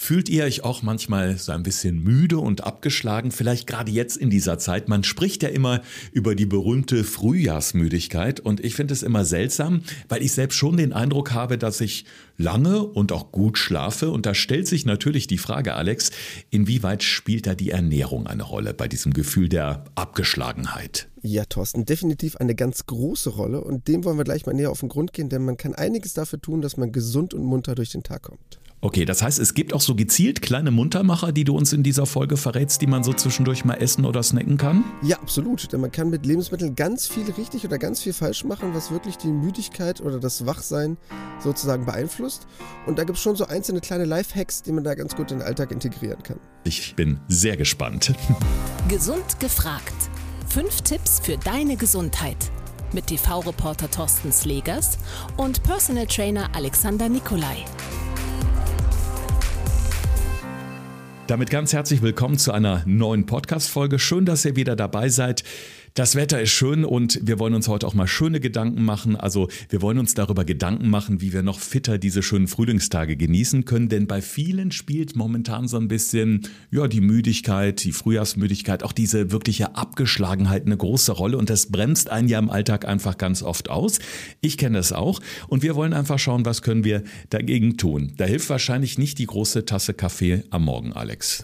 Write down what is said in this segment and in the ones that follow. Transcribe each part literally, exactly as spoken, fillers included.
Fühlt ihr euch auch manchmal so ein bisschen müde und abgeschlagen? Vielleicht gerade jetzt in dieser Zeit. Man spricht ja immer über die berühmte Frühjahrsmüdigkeit und ich finde es immer seltsam, weil ich selbst schon den Eindruck habe, dass ich lange und auch gut schlafe. Und da stellt sich natürlich die Frage, Alex, inwieweit spielt da die Ernährung eine Rolle bei diesem Gefühl der Abgeschlagenheit? Ja, Thorsten, definitiv eine ganz große Rolle und dem wollen wir gleich mal näher auf den Grund gehen, denn man kann einiges dafür tun, dass man gesund und munter durch den Tag kommt. Okay, das heißt, es gibt auch so gezielt kleine Muntermacher, die du uns in dieser Folge verrätst, die man so zwischendurch mal essen oder snacken kann? Ja, absolut, denn man kann mit Lebensmitteln ganz viel richtig oder ganz viel falsch machen, was wirklich die Müdigkeit oder das Wachsein sozusagen beeinflusst. Und da gibt es schon so einzelne kleine Lifehacks, die man da ganz gut in den Alltag integrieren kann. Ich bin sehr gespannt. Gesund gefragt. Fünf Tipps für deine Gesundheit. Mit T V-Reporter Thorsten Slegers und Personal Trainer Alexander Nikolai. Damit ganz herzlich willkommen zu einer neuen Podcast-Folge. Schön, dass ihr wieder dabei seid. Das Wetter ist schön und wir wollen uns heute auch mal schöne Gedanken machen. Also wir wollen uns darüber Gedanken machen, wie wir noch fitter diese schönen Frühlingstage genießen können. Denn bei vielen spielt momentan so ein bisschen ja, die Müdigkeit, die Frühjahrsmüdigkeit, auch diese wirkliche Abgeschlagenheit eine große Rolle. Und das bremst einen ja im Alltag einfach ganz oft aus. Ich kenne das auch. Und wir wollen einfach schauen, was können wir dagegen tun. Da hilft wahrscheinlich nicht die große Tasse Kaffee am Morgen, Alex.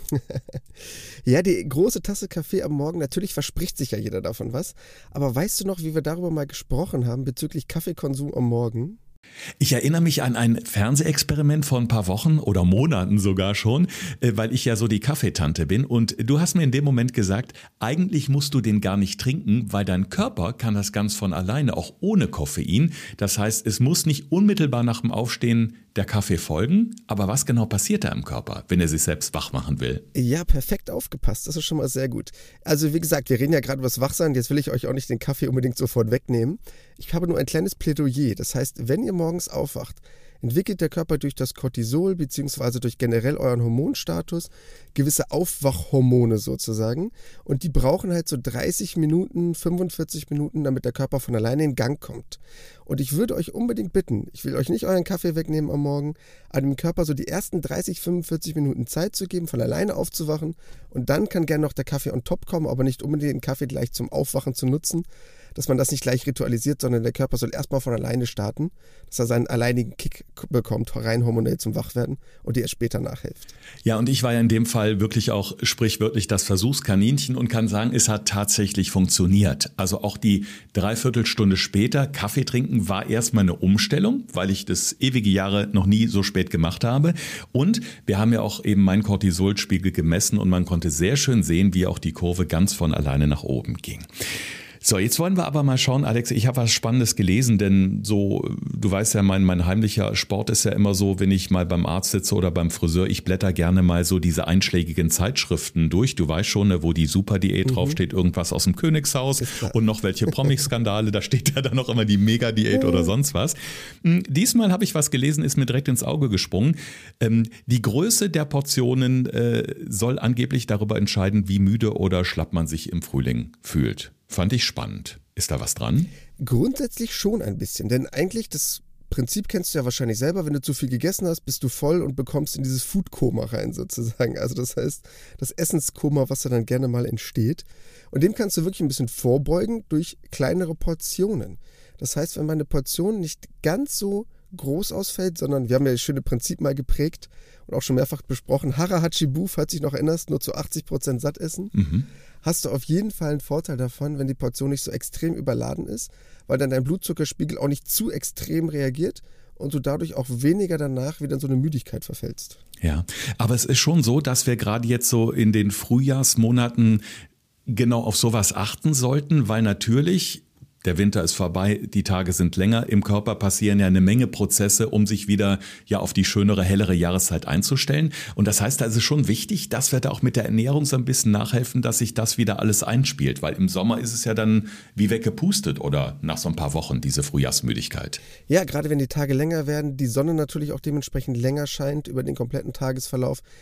Ja, die große Tasse Kaffee am Morgen, natürlich verspricht sich ja jeder davon was. Aber weißt du noch, wie wir darüber mal gesprochen haben bezüglich Kaffeekonsum am Morgen? Ich erinnere mich an ein Fernsehexperiment vor ein paar Wochen oder Monaten sogar schon, weil ich ja so die Kaffeetante bin und du hast mir in dem Moment gesagt, eigentlich musst du den gar nicht trinken, weil dein Körper kann das ganz von alleine, auch ohne Koffein. Das heißt, es muss nicht unmittelbar nach dem Aufstehen der Kaffee folgen, aber was genau passiert da im Körper, wenn er sich selbst wach machen will? Ja, perfekt aufgepasst, das ist schon mal sehr gut. Also wie gesagt, wir reden ja gerade über das Wachsein, jetzt will ich euch auch nicht den Kaffee unbedingt sofort wegnehmen. Ich habe nur ein kleines Plädoyer, das heißt, wenn ihr morgens aufwacht, entwickelt der Körper durch das Cortisol bzw. durch generell euren Hormonstatus gewisse Aufwachhormone sozusagen und die brauchen halt so dreißig Minuten, fünfundvierzig Minuten, damit der Körper von alleine in Gang kommt. Und ich würde euch unbedingt bitten, ich will euch nicht euren Kaffee wegnehmen am Morgen, aber dem Körper so die ersten dreißig, fünfundvierzig Minuten Zeit zu geben, von alleine aufzuwachen und dann kann gerne noch der Kaffee on top kommen, aber nicht unbedingt den Kaffee gleich zum Aufwachen zu nutzen, dass man das nicht gleich ritualisiert, sondern der Körper soll erstmal von alleine starten, dass er seinen alleinigen Kick bekommt, rein hormonell zum Wachwerden und dir erst später nachhilft. Ja, und ich war ja in dem Fall wirklich auch sprichwörtlich das Versuchskaninchen und kann sagen, es hat tatsächlich funktioniert. Also auch die Dreiviertelstunde später Kaffee trinken war erstmal eine Umstellung, weil ich das ewige Jahre noch nie so spät gemacht habe. Und wir haben ja auch eben meinen Cortisolspiegel gemessen und man konnte sehr schön sehen, wie auch die Kurve ganz von alleine nach oben ging. So, jetzt wollen wir aber mal schauen, Alex, ich habe was Spannendes gelesen, denn so, du weißt ja, mein, mein heimlicher Sport ist ja immer so, wenn ich mal beim Arzt sitze oder beim Friseur, ich blätter gerne mal so diese einschlägigen Zeitschriften durch. Du weißt schon, ne, wo die Superdiät mhm. draufsteht, irgendwas aus dem Königshaus und noch welche Promi-Skandale, da steht ja dann noch immer die Mega-Diät mhm. oder sonst was. Diesmal habe ich was gelesen, ist mir direkt ins Auge gesprungen. Ähm, die Größe der Portionen äh, soll angeblich darüber entscheiden, wie müde oder schlapp man sich im Frühling fühlt. Fand ich spannend. Ist da was dran? Grundsätzlich schon ein bisschen, denn eigentlich das Prinzip kennst du ja wahrscheinlich selber, wenn du zu viel gegessen hast, bist du voll und bekommst in dieses Foodkoma rein sozusagen. Also das heißt, das Essenskoma, was da dann gerne mal entsteht. Und dem kannst du wirklich ein bisschen vorbeugen durch kleinere Portionen. Das heißt, wenn meine Portion nicht ganz so groß ausfällt, sondern wir haben ja das schöne Prinzip mal geprägt und auch schon mehrfach besprochen, Hara Hachibu, falls du dich noch erinnerst, nur zu achtzig Prozent satt essen, mhm. hast du auf jeden Fall einen Vorteil davon, wenn die Portion nicht so extrem überladen ist, weil dann dein Blutzuckerspiegel auch nicht zu extrem reagiert und du dadurch auch weniger danach wieder in so eine Müdigkeit verfällst. Ja, aber es ist schon so, dass wir gerade jetzt so in den Frühjahrsmonaten genau auf sowas achten sollten, weil natürlich der Winter ist vorbei, die Tage sind länger. Im Körper passieren ja eine Menge Prozesse, um sich wieder ja auf die schönere, hellere Jahreszeit einzustellen. Und das heißt, da ist es schon wichtig, dass wir da auch mit der Ernährung so ein bisschen nachhelfen, dass sich das wieder alles einspielt. Weil im Sommer ist es ja dann wie weggepustet oder nach so ein paar Wochen diese Frühjahrsmüdigkeit. Ja, gerade wenn die Tage länger werden, die Sonne natürlich auch dementsprechend länger scheint über den kompletten Tagesverlauf.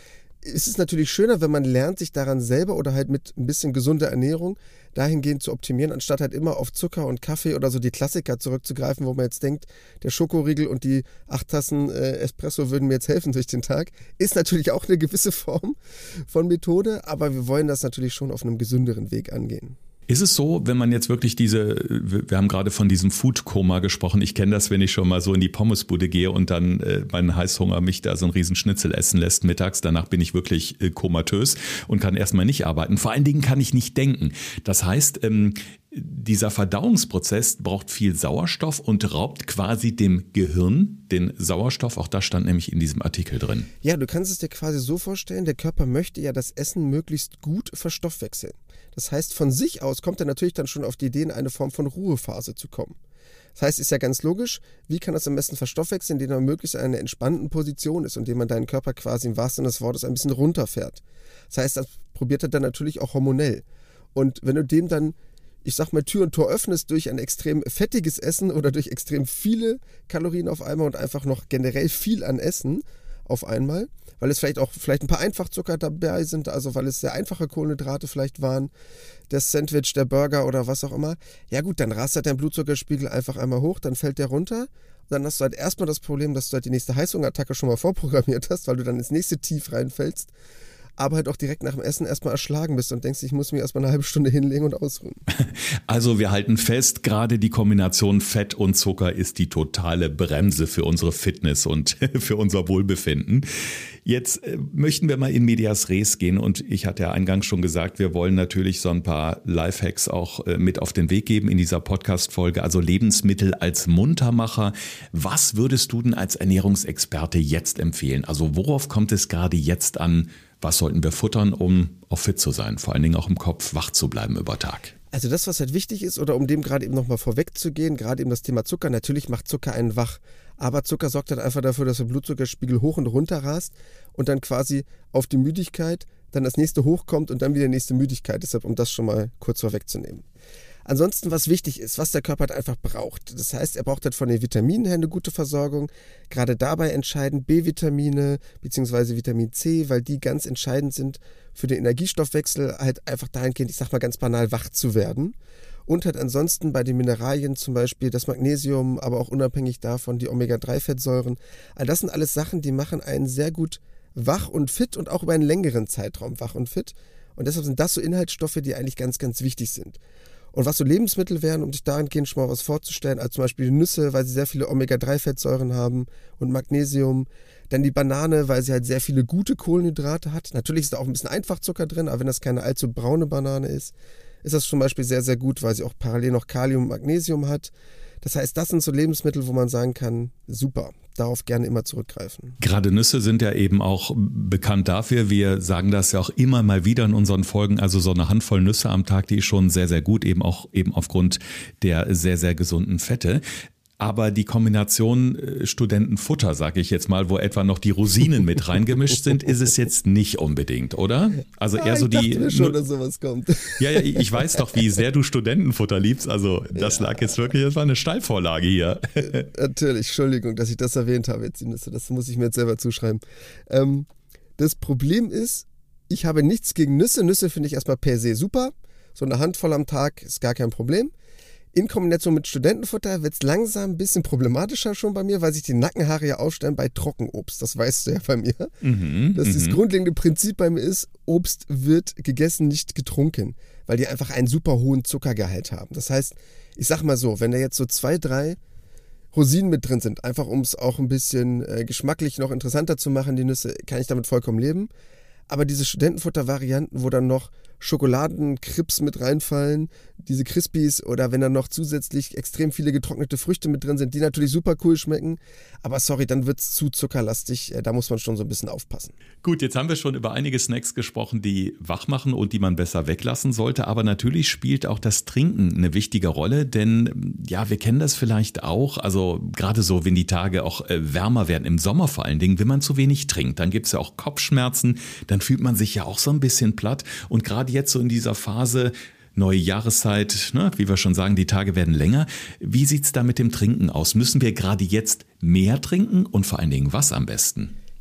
ist es natürlich schöner, wenn man lernt, sich daran selber oder halt mit ein bisschen gesunder Ernährung dahingehend zu optimieren, anstatt halt immer auf Zucker und Kaffee oder so die Klassiker zurückzugreifen, wo man jetzt denkt, der Schokoriegel und die acht Tassen äh, Espresso würden mir jetzt helfen durch den Tag. Ist natürlich auch eine gewisse Form von Methode, aber wir wollen das natürlich schon auf einem gesünderen Weg angehen. Ist es so, wenn man jetzt wirklich diese, wir haben gerade von diesem Food-Koma gesprochen, ich kenne das, wenn ich schon mal so in die Pommesbude gehe und dann äh, mein Heißhunger mich da so einen riesen Schnitzel essen lässt mittags, danach bin ich wirklich äh, komatös und kann erstmal nicht arbeiten. Vor allen Dingen kann ich nicht denken. Das heißt, ähm, dieser Verdauungsprozess braucht viel Sauerstoff und raubt quasi dem Gehirn den Sauerstoff. Auch das stand nämlich in diesem Artikel drin. Ja, du kannst es dir quasi so vorstellen, der Körper möchte ja das Essen möglichst gut verstoffwechseln. Das heißt, von sich aus kommt er natürlich dann schon auf die Idee, in eine Form von Ruhephase zu kommen. Das heißt, ist ja ganz logisch, wie kann das am besten verstoffwechseln, indem man möglichst in einer entspannten Position ist und indem man deinen Körper quasi im wahrsten Sinne des Wortes ein bisschen runterfährt. Das heißt, das probiert er dann natürlich auch hormonell. Und wenn du dem dann, ich sag mal, Tür und Tor öffnest durch ein extrem fettiges Essen oder durch extrem viele Kalorien auf einmal und einfach noch generell viel an Essen auf einmal, weil es vielleicht auch vielleicht ein paar Einfachzucker dabei sind, also weil es sehr einfache Kohlenhydrate vielleicht waren, das Sandwich, der Burger oder was auch immer. Ja gut, dann rast halt dein Blutzuckerspiegel einfach einmal hoch, dann fällt der runter und dann hast du halt erstmal das Problem, dass du halt die nächste Heißhungerattacke schon mal vorprogrammiert hast, weil du dann ins nächste Tief reinfällst, aber halt auch direkt nach dem Essen erstmal erschlagen bist und denkst, ich muss mich erstmal eine halbe Stunde hinlegen und ausruhen. Also wir halten fest, gerade die Kombination Fett und Zucker ist die totale Bremse für unsere Fitness und für unser Wohlbefinden. Jetzt möchten wir mal in medias res gehen und ich hatte ja eingangs schon gesagt, wir wollen natürlich so ein paar Lifehacks auch mit auf den Weg geben in dieser Podcast-Folge, also Lebensmittel als Muntermacher. Was würdest du denn als Ernährungsexperte jetzt empfehlen? Also worauf kommt es gerade jetzt an? Was sollten wir futtern, um auch fit zu sein, vor allen Dingen auch im Kopf wach zu bleiben über Tag? Also das, was halt wichtig ist, oder um dem gerade eben nochmal vorwegzugehen, gerade eben das Thema Zucker, natürlich macht Zucker einen wach, aber Zucker sorgt halt einfach dafür, dass der Blutzuckerspiegel hoch und runter rast und dann quasi auf die Müdigkeit dann das nächste hochkommt und dann wieder nächste Müdigkeit, deshalb um das schon mal kurz vorwegzunehmen. Ansonsten, was wichtig ist, was der Körper halt einfach braucht. Das heißt, er braucht halt von den Vitaminen her eine gute Versorgung. Gerade dabei entscheiden B-Vitamine bzw. Vitamin C, weil die ganz entscheidend sind für den Energiestoffwechsel, halt einfach dahingehend, ich sag mal ganz banal, wach zu werden. Und halt ansonsten bei den Mineralien zum Beispiel das Magnesium, aber auch unabhängig davon die Omega drei Fettsäuren. All das sind alles Sachen, die machen einen sehr gut wach und fit und auch über einen längeren Zeitraum wach und fit. Und deshalb sind das so Inhaltsstoffe, die eigentlich ganz, ganz wichtig sind. Und was so Lebensmittel wären, um sich dahingehend schon mal was vorzustellen, als zum Beispiel die Nüsse, weil sie sehr viele Omega drei Fettsäuren haben und Magnesium. Dann die Banane, weil sie halt sehr viele gute Kohlenhydrate hat. Natürlich ist da auch ein bisschen Einfachzucker drin, aber wenn das keine allzu braune Banane ist, ist das zum Beispiel sehr, sehr gut, weil sie auch parallel noch Kalium und Magnesium hat. Das heißt, das sind so Lebensmittel, wo man sagen kann, super, darauf gerne immer zurückgreifen. Gerade Nüsse sind ja eben auch bekannt dafür, wir sagen das ja auch immer mal wieder in unseren Folgen, also so eine Handvoll Nüsse am Tag, die ist schon sehr, sehr gut, eben auch eben aufgrund der sehr, sehr gesunden Fette. Aber die Kombination Studentenfutter, sage ich jetzt mal, wo etwa noch die Rosinen mit reingemischt sind, ist es jetzt nicht unbedingt, oder? Also eher ja, so ich die. Ich dachte mir schon, dass sowas kommt. Ja, ja, ich weiß doch, wie sehr du Studentenfutter liebst. Also das ja. lag jetzt wirklich, das war eine Steilvorlage hier. Äh, natürlich, Entschuldigung, dass ich das erwähnt habe jetzt, die Nüsse. Das muss ich mir jetzt selber zuschreiben. Ähm, das Problem ist, ich habe nichts gegen Nüsse. Nüsse finde ich erstmal per se super. So eine Handvoll am Tag ist gar kein Problem. In Kombination mit Studentenfutter wird es langsam ein bisschen problematischer schon bei mir, weil sich die Nackenhaare ja aufstellen bei Trockenobst. Das weißt du ja bei mir. Mhm, dass das grundlegende Prinzip bei mir ist, Obst wird gegessen, nicht getrunken, weil die einfach einen super hohen Zuckergehalt haben. Das heißt, ich sag mal so, wenn da jetzt so zwei, drei Rosinen mit drin sind, einfach um es auch ein bisschen äh, geschmacklich noch interessanter zu machen, die Nüsse, kann ich damit vollkommen leben. Aber diese Studentenfutter-Varianten, wo dann noch Schokoladenkrips mit reinfallen, diese Crispies oder wenn dann noch zusätzlich extrem viele getrocknete Früchte mit drin sind, die natürlich super cool schmecken. Aber sorry, dann wird es zu zuckerlastig. Da muss man schon so ein bisschen aufpassen. Gut, jetzt haben wir schon über einige Snacks gesprochen, die wach machen und die man besser weglassen sollte. Aber natürlich spielt auch das Trinken eine wichtige Rolle, denn ja, wir kennen das vielleicht auch. Also gerade so, wenn die Tage auch wärmer werden, im Sommer vor allen Dingen, wenn man zu wenig trinkt, dann gibt es ja auch Kopfschmerzen, dann fühlt man sich ja auch so ein bisschen platt. Und gerade jetzt so in dieser Phase, neue Jahreszeit, ne, wie wir schon sagen, die Tage werden länger. Wie sieht's da mit dem Trinken aus? Müssen wir gerade jetzt mehr trinken und vor allen Dingen was am besten?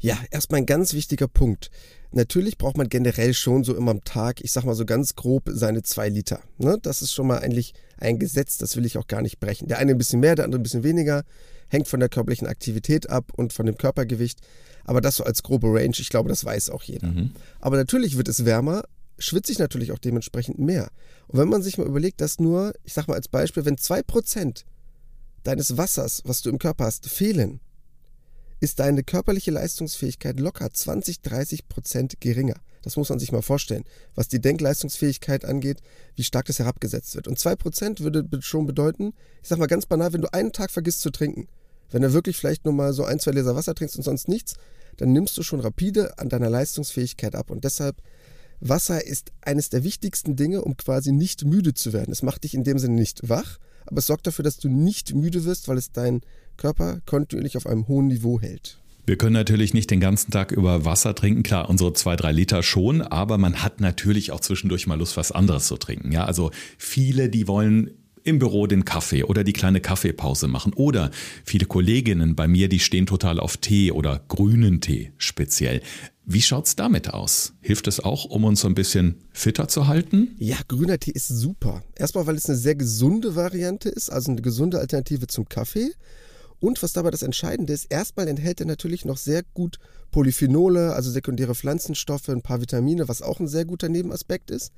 Ja, erstmal ein ganz wichtiger Punkt. Natürlich braucht man generell schon so immer am Tag, ich sag mal so ganz grob, seine zwei Liter. Ne? Das ist schon mal eigentlich ein Gesetz, das will ich auch gar nicht brechen. Der eine ein bisschen mehr, der andere ein bisschen weniger, hängt von der körperlichen Aktivität ab und von dem Körpergewicht. Aber das so als grobe Range, ich glaube, das weiß auch jeder. Mhm. Aber natürlich wird es wärmer, schwitze ich natürlich auch dementsprechend mehr. Und wenn man sich mal überlegt, dass nur, ich sag mal als Beispiel, wenn zwei Prozent deines Wassers, was du im Körper hast, fehlen, ist deine körperliche Leistungsfähigkeit locker zwanzig, dreißig Prozent geringer. Das muss man sich mal vorstellen, was die Denkleistungsfähigkeit angeht, wie stark das herabgesetzt wird. Und zwei Prozent würde schon bedeuten, ich sag mal ganz banal, wenn du einen Tag vergisst zu trinken, wenn du wirklich vielleicht nur mal so ein, zwei Gläser Wasser trinkst und sonst nichts, dann nimmst du schon rapide an deiner Leistungsfähigkeit ab. Und deshalb, Wasser ist eines der wichtigsten Dinge, um quasi nicht müde zu werden. Es macht dich in dem Sinne nicht wach, aber es sorgt dafür, dass du nicht müde wirst, weil es deinen Körper kontinuierlich auf einem hohen Niveau hält. Wir können natürlich nicht den ganzen Tag über Wasser trinken, klar, unsere zwei, drei Liter schon, aber man hat natürlich auch zwischendurch mal Lust, was anderes zu trinken. Ja, also viele, die wollen im Büro den Kaffee oder die kleine Kaffeepause machen. Oder viele Kolleginnen bei mir, die stehen total auf Tee oder grünen Tee speziell. Wie schaut's damit aus? Hilft es auch, um uns so ein bisschen fitter zu halten? Ja, grüner Tee ist super. Erstmal, weil es eine sehr gesunde Variante ist, also eine gesunde Alternative zum Kaffee. Und was dabei das Entscheidende ist, erstmal enthält er natürlich noch sehr gut Polyphenole, also sekundäre Pflanzenstoffe, ein paar Vitamine, was auch ein sehr guter Nebenaspekt ist.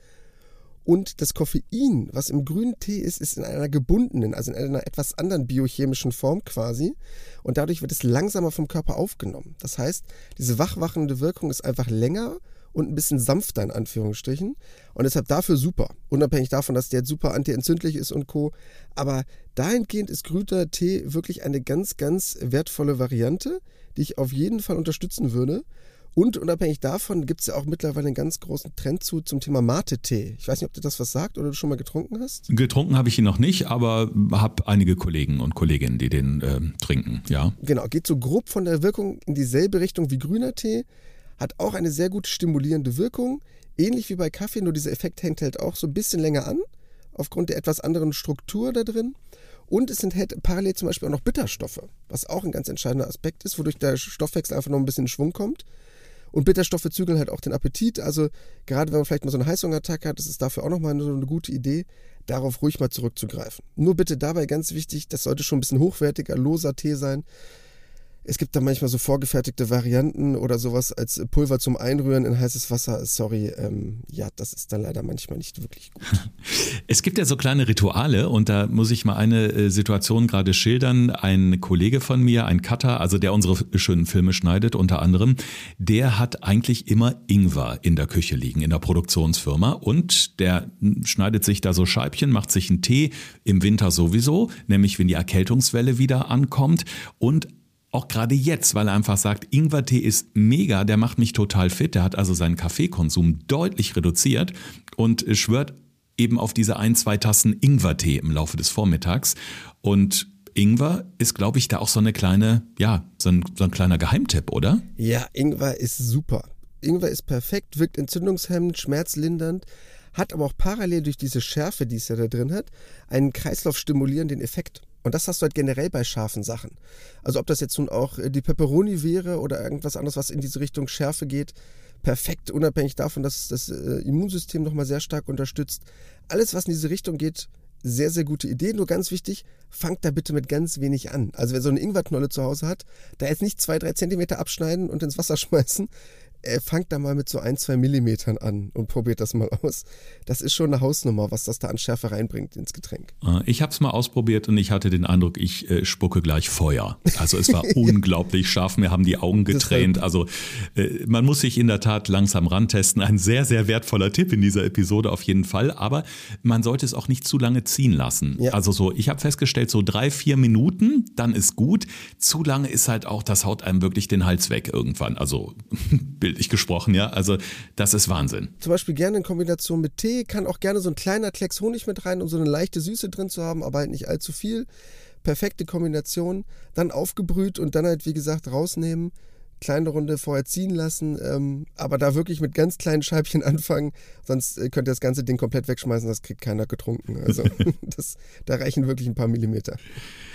Und das Koffein, was im grünen Tee ist, ist in einer gebundenen, also in einer etwas anderen biochemischen Form quasi. Und dadurch wird es langsamer vom Körper aufgenommen. Das heißt, diese wachwachende Wirkung ist einfach länger und ein bisschen sanfter in Anführungsstrichen. Und deshalb dafür super. Unabhängig davon, dass der jetzt super antientzündlich ist und Co. Aber dahingehend ist grüner Tee wirklich eine ganz, ganz wertvolle Variante, die ich auf jeden Fall unterstützen würde. Und unabhängig davon gibt es ja auch mittlerweile einen ganz großen Trend zu zum Thema Mate-Tee. Ich weiß nicht, ob dir das was sagt oder du schon mal getrunken hast? Getrunken habe ich ihn noch nicht, aber habe einige Kollegen und Kolleginnen, die den äh, trinken, ja. Genau, geht so grob von der Wirkung in dieselbe Richtung wie grüner Tee, hat auch eine sehr gut stimulierende Wirkung, ähnlich wie bei Kaffee, nur dieser Effekt hängt halt auch so ein bisschen länger an, aufgrund der etwas anderen Struktur da drin. Und es enthält parallel zum Beispiel auch noch Bitterstoffe, was auch ein ganz entscheidender Aspekt ist, wodurch der Stoffwechsel einfach noch ein bisschen in Schwung kommt. Und Bitterstoffe zügeln halt auch den Appetit. Also gerade wenn man vielleicht mal so eine Heißhungerattacke hat, ist es dafür auch nochmal so eine gute Idee, darauf ruhig mal zurückzugreifen. Nur bitte dabei ganz wichtig, das sollte schon ein bisschen hochwertiger, loser Tee sein. Es gibt da manchmal so vorgefertigte Varianten oder sowas als Pulver zum Einrühren in heißes Wasser. Sorry, ähm, ja, das ist dann leider manchmal nicht wirklich gut. Es gibt ja so kleine Rituale und da muss ich mal eine äh, Situation gerade schildern. Ein Kollege von mir, ein Cutter, also der unsere schönen Filme schneidet unter anderem, der hat eigentlich immer Ingwer in der Küche liegen, in der Produktionsfirma und der schneidet sich da so Scheibchen, macht sich einen Tee, im Winter sowieso, nämlich wenn die Erkältungswelle wieder ankommt und auch gerade jetzt, weil er einfach sagt, Ingwertee ist mega, der macht mich total fit. Der hat also seinen Kaffeekonsum deutlich reduziert und schwört eben auf diese ein, zwei Tassen Ingwertee im Laufe des Vormittags. Und Ingwer ist, glaube ich, da auch so eine kleine, ja, so ein, so ein kleiner Geheimtipp, oder? Ja, Ingwer ist super. Ingwer ist perfekt, wirkt entzündungshemmend, schmerzlindernd, hat aber auch parallel durch diese Schärfe, die es ja da drin hat, einen kreislaufstimulierenden Effekt. Und das hast du halt generell bei scharfen Sachen. Also ob das jetzt nun auch die Pepperoni wäre oder irgendwas anderes, was in diese Richtung Schärfe geht, perfekt, unabhängig davon, dass das Immunsystem nochmal sehr stark unterstützt. Alles, was in diese Richtung geht, sehr, sehr gute Idee. Nur ganz wichtig, fangt da bitte mit ganz wenig an. Also wer so eine Ingwerknolle zu Hause hat, da jetzt nicht zwei, drei Zentimeter abschneiden und ins Wasser schmeißen. Äh, fangt da mal mit so ein, zwei Millimetern an und probiert das mal aus. Das ist schon eine Hausnummer, was das da an Schärfe reinbringt ins Getränk. Ich habe es mal ausprobiert und ich hatte den Eindruck, ich äh, spucke gleich Feuer. Also es war unglaublich scharf, mir haben die Augen getränt. Also äh, man muss sich in der Tat langsam rantesten. Ein sehr, sehr wertvoller Tipp in dieser Episode auf jeden Fall. Aber man sollte es auch nicht zu lange ziehen lassen. Ja. Also so, ich habe festgestellt, so drei, vier Minuten, dann ist gut. Zu lange ist halt auch, das haut einem wirklich den Hals weg irgendwann. Also bildlich gesprochen, ja. Also das ist Wahnsinn. Zum Beispiel gerne in Kombination mit Tee, kann auch gerne so ein kleiner Klecks Honig mit rein, um so eine leichte Süße drin zu haben, aber halt nicht allzu viel. Perfekte Kombination. Dann aufgebrüht und dann halt, wie gesagt, rausnehmen. Kleine Runde vorher ziehen lassen, ähm, aber da wirklich mit ganz kleinen Scheibchen anfangen, sonst äh, könnt ihr das ganze Ding komplett wegschmeißen, das kriegt keiner getrunken. Also das, da reichen wirklich ein paar Millimeter.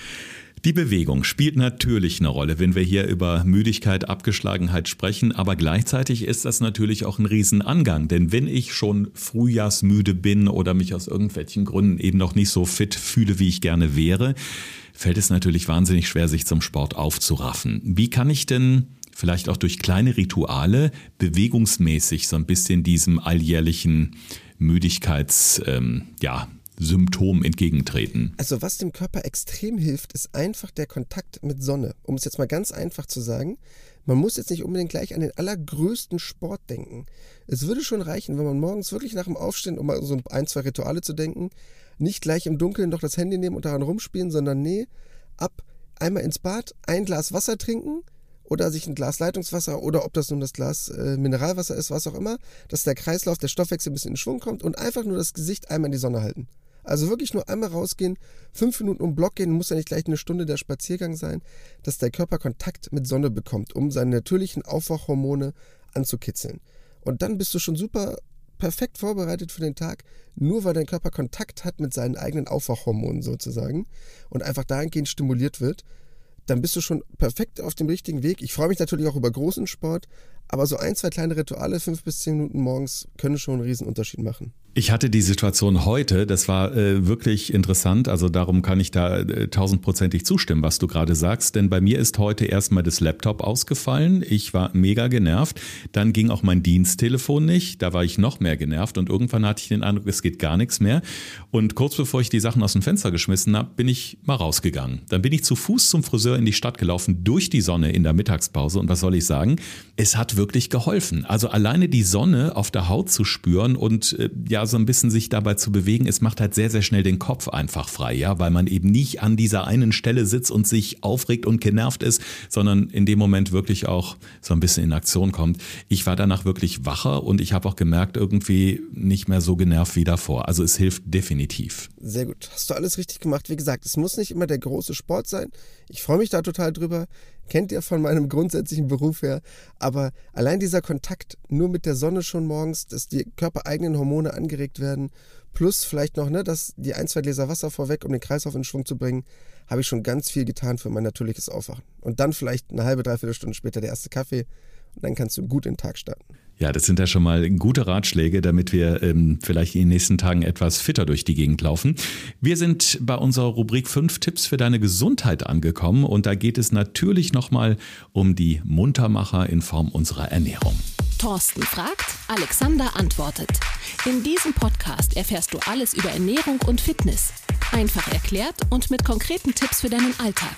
Die Bewegung spielt natürlich eine Rolle, wenn wir hier über Müdigkeit, Abgeschlagenheit sprechen, aber gleichzeitig ist das natürlich auch ein Riesenangang, denn wenn ich schon frühjahrsmüde bin oder mich aus irgendwelchen Gründen eben noch nicht so fit fühle, wie ich gerne wäre, fällt es natürlich wahnsinnig schwer, sich zum Sport aufzuraffen. Wie kann ich denn vielleicht auch durch kleine Rituale bewegungsmäßig so ein bisschen diesem alljährlichen Müdigkeits, ähm, ja, Symptom entgegentreten? Also was dem Körper extrem hilft, ist einfach der Kontakt mit Sonne. Um es jetzt mal ganz einfach zu sagen, man muss jetzt nicht unbedingt gleich an den allergrößten Sport denken. Es würde schon reichen, wenn man morgens wirklich nach dem Aufstehen, um mal so ein, zwei Rituale zu denken, nicht gleich im Dunkeln noch das Handy nehmen und daran rumspielen, sondern nee, ab, einmal ins Bad, ein Glas Wasser trinken oder sich ein Glas Leitungswasser oder ob das nun das Glas äh, Mineralwasser ist, was auch immer, dass der Kreislauf, der Stoffwechsel ein bisschen in Schwung kommt und einfach nur das Gesicht einmal in die Sonne halten. Also wirklich nur einmal rausgehen, fünf Minuten um den Block gehen, muss ja nicht gleich eine Stunde der Spaziergang sein, dass der Körper Kontakt mit Sonne bekommt, um seine natürlichen Aufwachhormone anzukitzeln. Und dann bist du schon super perfekt vorbereitet für den Tag, nur weil dein Körper Kontakt hat mit seinen eigenen Aufwachhormonen sozusagen und einfach dahingehend stimuliert wird. Dann bist du schon perfekt auf dem richtigen Weg. Ich freue mich natürlich auch über großen Sport, aber so ein, zwei kleine Rituale, fünf bis zehn Minuten morgens, können schon einen riesen Unterschied machen. Ich hatte die Situation heute, das war äh, wirklich interessant, also darum kann ich da äh, tausendprozentig zustimmen, was du gerade sagst, denn bei mir ist heute erstmal das Laptop ausgefallen, ich war mega genervt, dann ging auch mein Diensttelefon nicht, da war ich noch mehr genervt und irgendwann hatte ich den Eindruck, es geht gar nichts mehr und kurz bevor ich die Sachen aus dem Fenster geschmissen habe, bin ich mal rausgegangen. Dann bin ich zu Fuß zum Friseur in die Stadt gelaufen, durch die Sonne in der Mittagspause und was soll ich sagen, es hat wirklich geholfen, also alleine die Sonne auf der Haut zu spüren und äh, ja, so ein bisschen sich dabei zu bewegen, es macht halt sehr, sehr schnell den Kopf einfach frei, ja, weil man eben nicht an dieser einen Stelle sitzt und sich aufregt und genervt ist, sondern in dem Moment wirklich auch so ein bisschen in Aktion kommt. Ich war danach wirklich wacher und ich habe auch gemerkt, irgendwie nicht mehr so genervt wie davor. Also es hilft definitiv. Sehr gut. Hast du alles richtig gemacht. Wie gesagt, es muss nicht immer der große Sport sein. Ich freue mich da total drüber. Kennt ihr von meinem grundsätzlichen Beruf her. Aber allein dieser Kontakt nur mit der Sonne schon morgens, dass die körpereigenen Hormone angeregt werden, plus vielleicht noch, ne, dass die ein, zwei Gläser Wasser vorweg, um den Kreislauf in Schwung zu bringen, habe ich schon ganz viel getan für mein natürliches Aufwachen. Und dann vielleicht eine halbe, dreiviertel Stunde später der erste Kaffee und dann kannst du gut in den Tag starten. Ja, das sind ja schon mal gute Ratschläge, damit wir ähm, vielleicht in den nächsten Tagen etwas fitter durch die Gegend laufen. Wir sind bei unserer Rubrik fünf Tipps für deine Gesundheit angekommen und da geht es natürlich nochmal um die Muntermacher in Form unserer Ernährung. Thorsten fragt, Alexander antwortet. In diesem Podcast erfährst du alles über Ernährung und Fitness. Einfach erklärt und mit konkreten Tipps für deinen Alltag.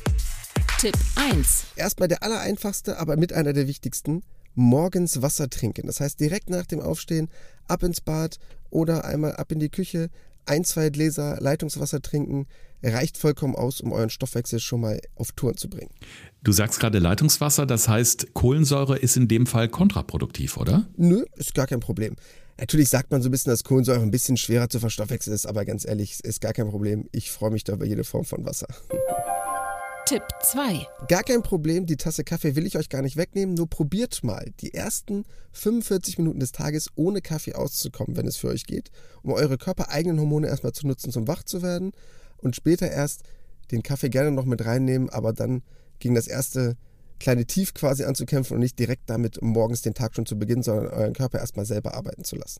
Tipp eins. Erstmal der allereinfachste, aber mit einer der wichtigsten. Morgens Wasser trinken. Das heißt, direkt nach dem Aufstehen ab ins Bad oder einmal ab in die Küche, ein, zwei Gläser Leitungswasser trinken, reicht vollkommen aus, um euren Stoffwechsel schon mal auf Touren zu bringen. Du sagst gerade Leitungswasser, das heißt, Kohlensäure ist in dem Fall kontraproduktiv, oder? Nö, ist gar kein Problem. Natürlich sagt man so ein bisschen, dass Kohlensäure ein bisschen schwerer zu verstoffwechseln ist, aber ganz ehrlich, ist gar kein Problem. Ich freue mich da über jede Form von Wasser. Tipp zwei. Gar kein Problem, die Tasse Kaffee will ich euch gar nicht wegnehmen, nur probiert mal die ersten fünfundvierzig Minuten des Tages ohne Kaffee auszukommen, wenn es für euch geht, um eure körpereigenen Hormone erstmal zu nutzen, zum wach zu werden und später erst den Kaffee gerne noch mit reinnehmen, aber dann gegen das erste kleine Tief quasi anzukämpfen und nicht direkt damit morgens den Tag schon zu beginnen, sondern euren Körper erstmal selber arbeiten zu lassen.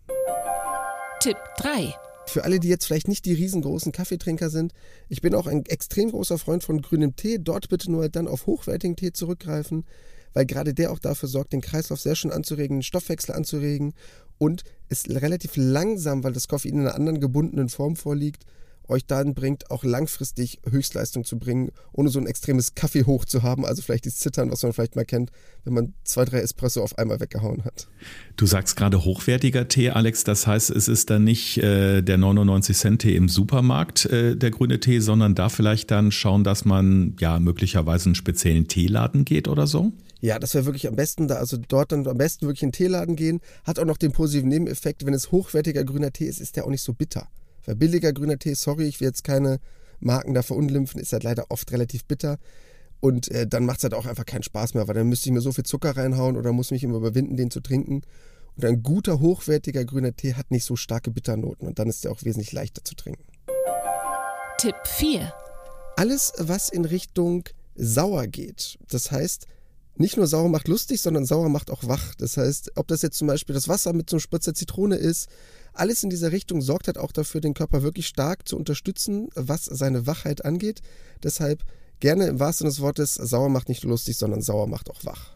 Tipp drei. Für alle, die jetzt vielleicht nicht die riesengroßen Kaffeetrinker sind, ich bin auch ein extrem großer Freund von grünem Tee. Dort bitte nur dann auf hochwertigen Tee zurückgreifen, weil gerade der auch dafür sorgt, den Kreislauf sehr schön anzuregen, den Stoffwechsel anzuregen und ist relativ langsam, weil das Koffein in einer anderen gebundenen Form vorliegt, euch dann bringt, auch langfristig Höchstleistung zu bringen, ohne so ein extremes Kaffeehoch zu haben, also vielleicht das Zittern, was man vielleicht mal kennt, wenn man zwei, drei Espresso auf einmal weggehauen hat. Du sagst gerade hochwertiger Tee, Alex, das heißt, es ist dann nicht äh, der neunundneunzig Cent Tee im Supermarkt, äh, der grüne Tee, sondern da vielleicht dann schauen, dass man ja möglicherweise einen speziellen Teeladen geht oder so? Ja, das wäre wirklich am besten, da also dort dann am besten wirklich in den Teeladen gehen, hat auch noch den positiven Nebeneffekt, wenn es hochwertiger grüner Tee ist, ist der auch nicht so bitter. Weil billiger grüner Tee, sorry, ich will jetzt keine Marken da verunglimpfen, ist halt leider oft relativ bitter. Und äh, dann macht es halt auch einfach keinen Spaß mehr, weil dann müsste ich mir so viel Zucker reinhauen oder muss mich immer überwinden, den zu trinken. Und ein guter, hochwertiger grüner Tee hat nicht so starke Bitternoten und dann ist der auch wesentlich leichter zu trinken. Tipp vier. alles, was in Richtung sauer geht. Das heißt, nicht nur sauer macht lustig, sondern sauer macht auch wach. Das heißt, ob das jetzt zum Beispiel das Wasser mit so einem Spritzer Zitrone ist, alles in dieser Richtung sorgt halt auch dafür, den Körper wirklich stark zu unterstützen, was seine Wachheit angeht. Deshalb gerne im wahrsten Sinne des Wortes, sauer macht nicht nur lustig, sondern sauer macht auch wach.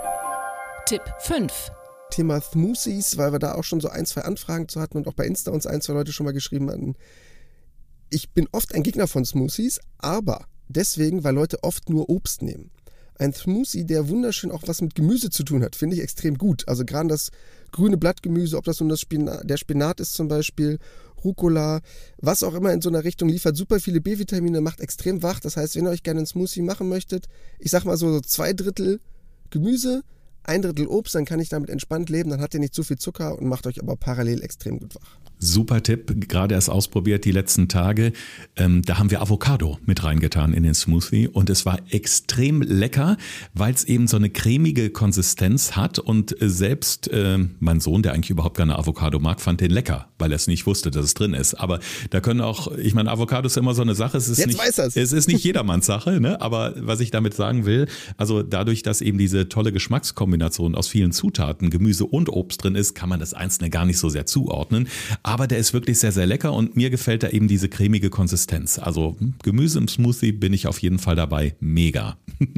Tipp fünf. Thema Smoothies, weil wir da auch schon so ein, zwei Anfragen zu hatten und auch bei Insta uns ein, zwei Leute schon mal geschrieben hatten. Ich bin oft ein Gegner von Smoothies, aber deswegen, weil Leute oft nur Obst nehmen. Ein Smoothie, der wunderschön auch was mit Gemüse zu tun hat, finde ich extrem gut. Also gerade das grüne Blattgemüse, ob das nun das Spinat, der Spinat ist zum Beispiel, Rucola, was auch immer in so einer Richtung, liefert super viele B-Vitamine, macht extrem wach. Das heißt, wenn ihr euch gerne einen Smoothie machen möchtet, ich sag mal so, so zwei Drittel Gemüse, ein Drittel Obst, dann kann ich damit entspannt leben, dann habt ihr nicht zu viel Zucker und macht euch aber parallel extrem gut wach. Super Tipp, gerade erst ausprobiert die letzten Tage. Ähm, da haben wir Avocado mit reingetan in den Smoothie und es war extrem lecker, weil es eben so eine cremige Konsistenz hat und selbst äh, mein Sohn, der eigentlich überhaupt keine Avocado mag, fand den lecker, weil er es nicht wusste, dass es drin ist. Aber da können auch, ich meine, Avocado ist immer so eine Sache, es ist Jetzt nicht, weiß er's. es ist nicht jedermanns Sache, ne? Aber was ich damit sagen will, also dadurch, dass eben diese tolle Geschmackskombination aus vielen Zutaten, Gemüse und Obst drin ist, kann man das Einzelne gar nicht so sehr zuordnen. Aber der ist wirklich sehr, sehr lecker und mir gefällt da eben diese cremige Konsistenz. Also Gemüse im Smoothie bin ich auf jeden Fall dabei. Mega.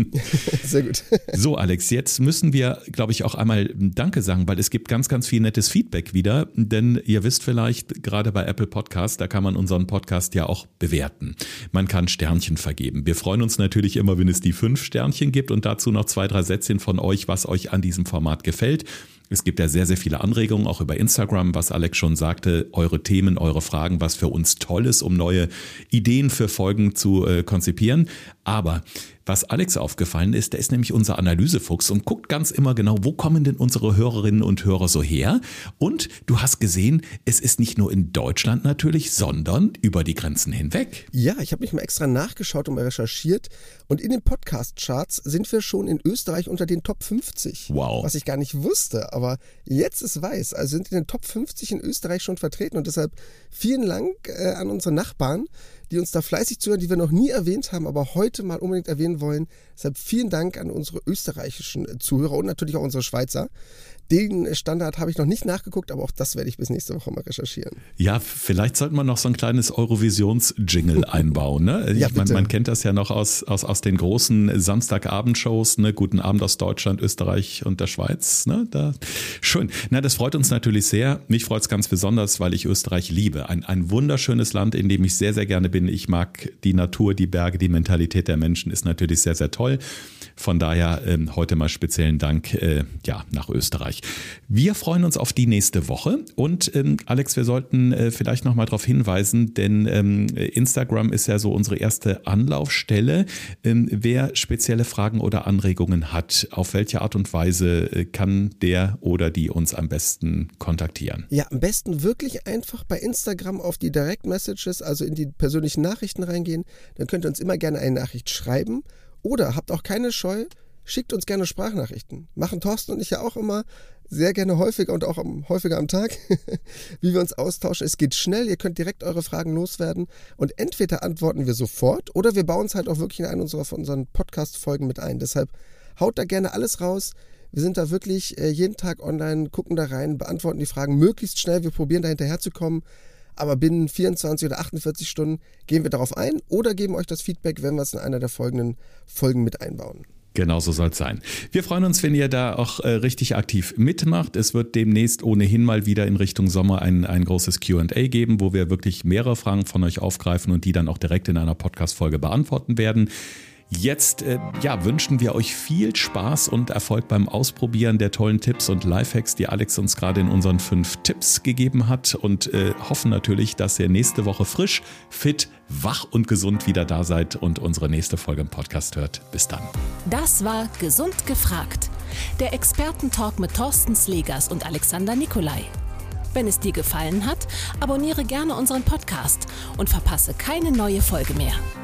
Sehr gut. So, Alex, jetzt müssen wir, glaube ich, auch einmal Danke sagen, weil es gibt ganz, ganz viel nettes Feedback wieder. Denn ihr wisst vielleicht, gerade bei Apple Podcast, da kann man unseren Podcast ja auch bewerten. Man kann Sternchen vergeben. Wir freuen uns natürlich immer, wenn es die fünf Sternchen gibt und dazu noch zwei, drei Sätzchen von euch, was euch an diesem Format gefällt. Es gibt ja sehr, sehr viele Anregungen, auch über Instagram, was Alex schon sagte, eure Themen, eure Fragen, was für uns toll ist, um neue Ideen für Folgen zu äh, konzipieren. Aber was Alex aufgefallen ist, der ist nämlich unser Analysefuchs und guckt ganz immer genau, wo kommen denn unsere Hörerinnen und Hörer so her? Und du hast gesehen, es ist nicht nur in Deutschland natürlich, sondern über die Grenzen hinweg. Ja, ich habe mich mal extra nachgeschaut und mal recherchiert und in den Podcast-Charts sind wir schon in Österreich unter den Top fünfzig. Wow. Was ich gar nicht wusste, aber jetzt ist weiß. Also sind in den Top fünfzig in Österreich schon vertreten und deshalb vielen Dank äh, an unsere Nachbarn, die uns da fleißig zuhören, die wir noch nie erwähnt haben, aber heute mal unbedingt erwähnen wollen. Deshalb vielen Dank an unsere österreichischen Zuhörer und natürlich auch unsere Schweizer. Den Standard habe ich noch nicht nachgeguckt, aber auch das werde ich bis nächste Woche mal recherchieren. Ja, vielleicht sollte man noch so ein kleines Eurovisions-Jingle einbauen. Ne? Ja, ich, man, man kennt das ja noch aus, aus, aus den großen Samstagabendshows. Ne? Guten Abend aus Deutschland, Österreich und der Schweiz. Ne? Da, schön. Na, das freut uns natürlich sehr. Mich freut es ganz besonders, weil ich Österreich liebe. Ein, ein wunderschönes Land, in dem ich sehr, sehr gerne bin. Ich mag die Natur, die Berge, die Mentalität der Menschen ist natürlich sehr, sehr toll. Von daher ähm, heute mal speziellen Dank äh, ja, nach Österreich. Wir freuen uns auf die nächste Woche und ähm, Alex, wir sollten äh, vielleicht noch mal darauf hinweisen, denn ähm, Instagram ist ja so unsere erste Anlaufstelle. Ähm, wer spezielle Fragen oder Anregungen hat, auf welche Art und Weise äh, kann der oder die uns am besten kontaktieren? Ja, am besten wirklich einfach bei Instagram auf die Direct Messages, also in die persönlichen Nachrichten reingehen. Dann könnt ihr uns immer gerne eine Nachricht schreiben oder habt auch keine Scheu, schickt uns gerne Sprachnachrichten. Machen Thorsten und ich ja auch immer sehr gerne häufiger und auch am, häufiger am Tag, wie wir uns austauschen. Es geht schnell, ihr könnt direkt eure Fragen loswerden und entweder antworten wir sofort oder wir bauen es halt auch wirklich in einen unserer von unseren Podcast-Folgen mit ein. Deshalb haut da gerne alles raus. Wir sind da wirklich äh, jeden Tag online, gucken da rein, beantworten die Fragen möglichst schnell. Wir probieren da hinterherzukommen. Aber binnen vierundzwanzig oder achtundvierzig Stunden gehen wir darauf ein oder geben euch das Feedback, wenn wir es in einer der folgenden Folgen mit einbauen. Genau so soll es sein. Wir freuen uns, wenn ihr da auch äh, richtig aktiv mitmacht. Es wird demnächst ohnehin mal wieder in Richtung Sommer ein, ein großes Q und A geben, wo wir wirklich mehrere Fragen von euch aufgreifen und die dann auch direkt in einer Podcast-Folge beantworten werden. Jetzt äh, ja, wünschen wir euch viel Spaß und Erfolg beim Ausprobieren der tollen Tipps und Lifehacks, die Alex uns gerade in unseren fünf Tipps gegeben hat und äh, hoffen natürlich, dass ihr nächste Woche frisch, fit, wach und gesund wieder da seid und unsere nächste Folge im Podcast hört. Bis dann. Das war Gesund gefragt, der Expertentalk mit Thorsten Slegers und Alexander Nikolai. Wenn es dir gefallen hat, abonniere gerne unseren Podcast und verpasse keine neue Folge mehr.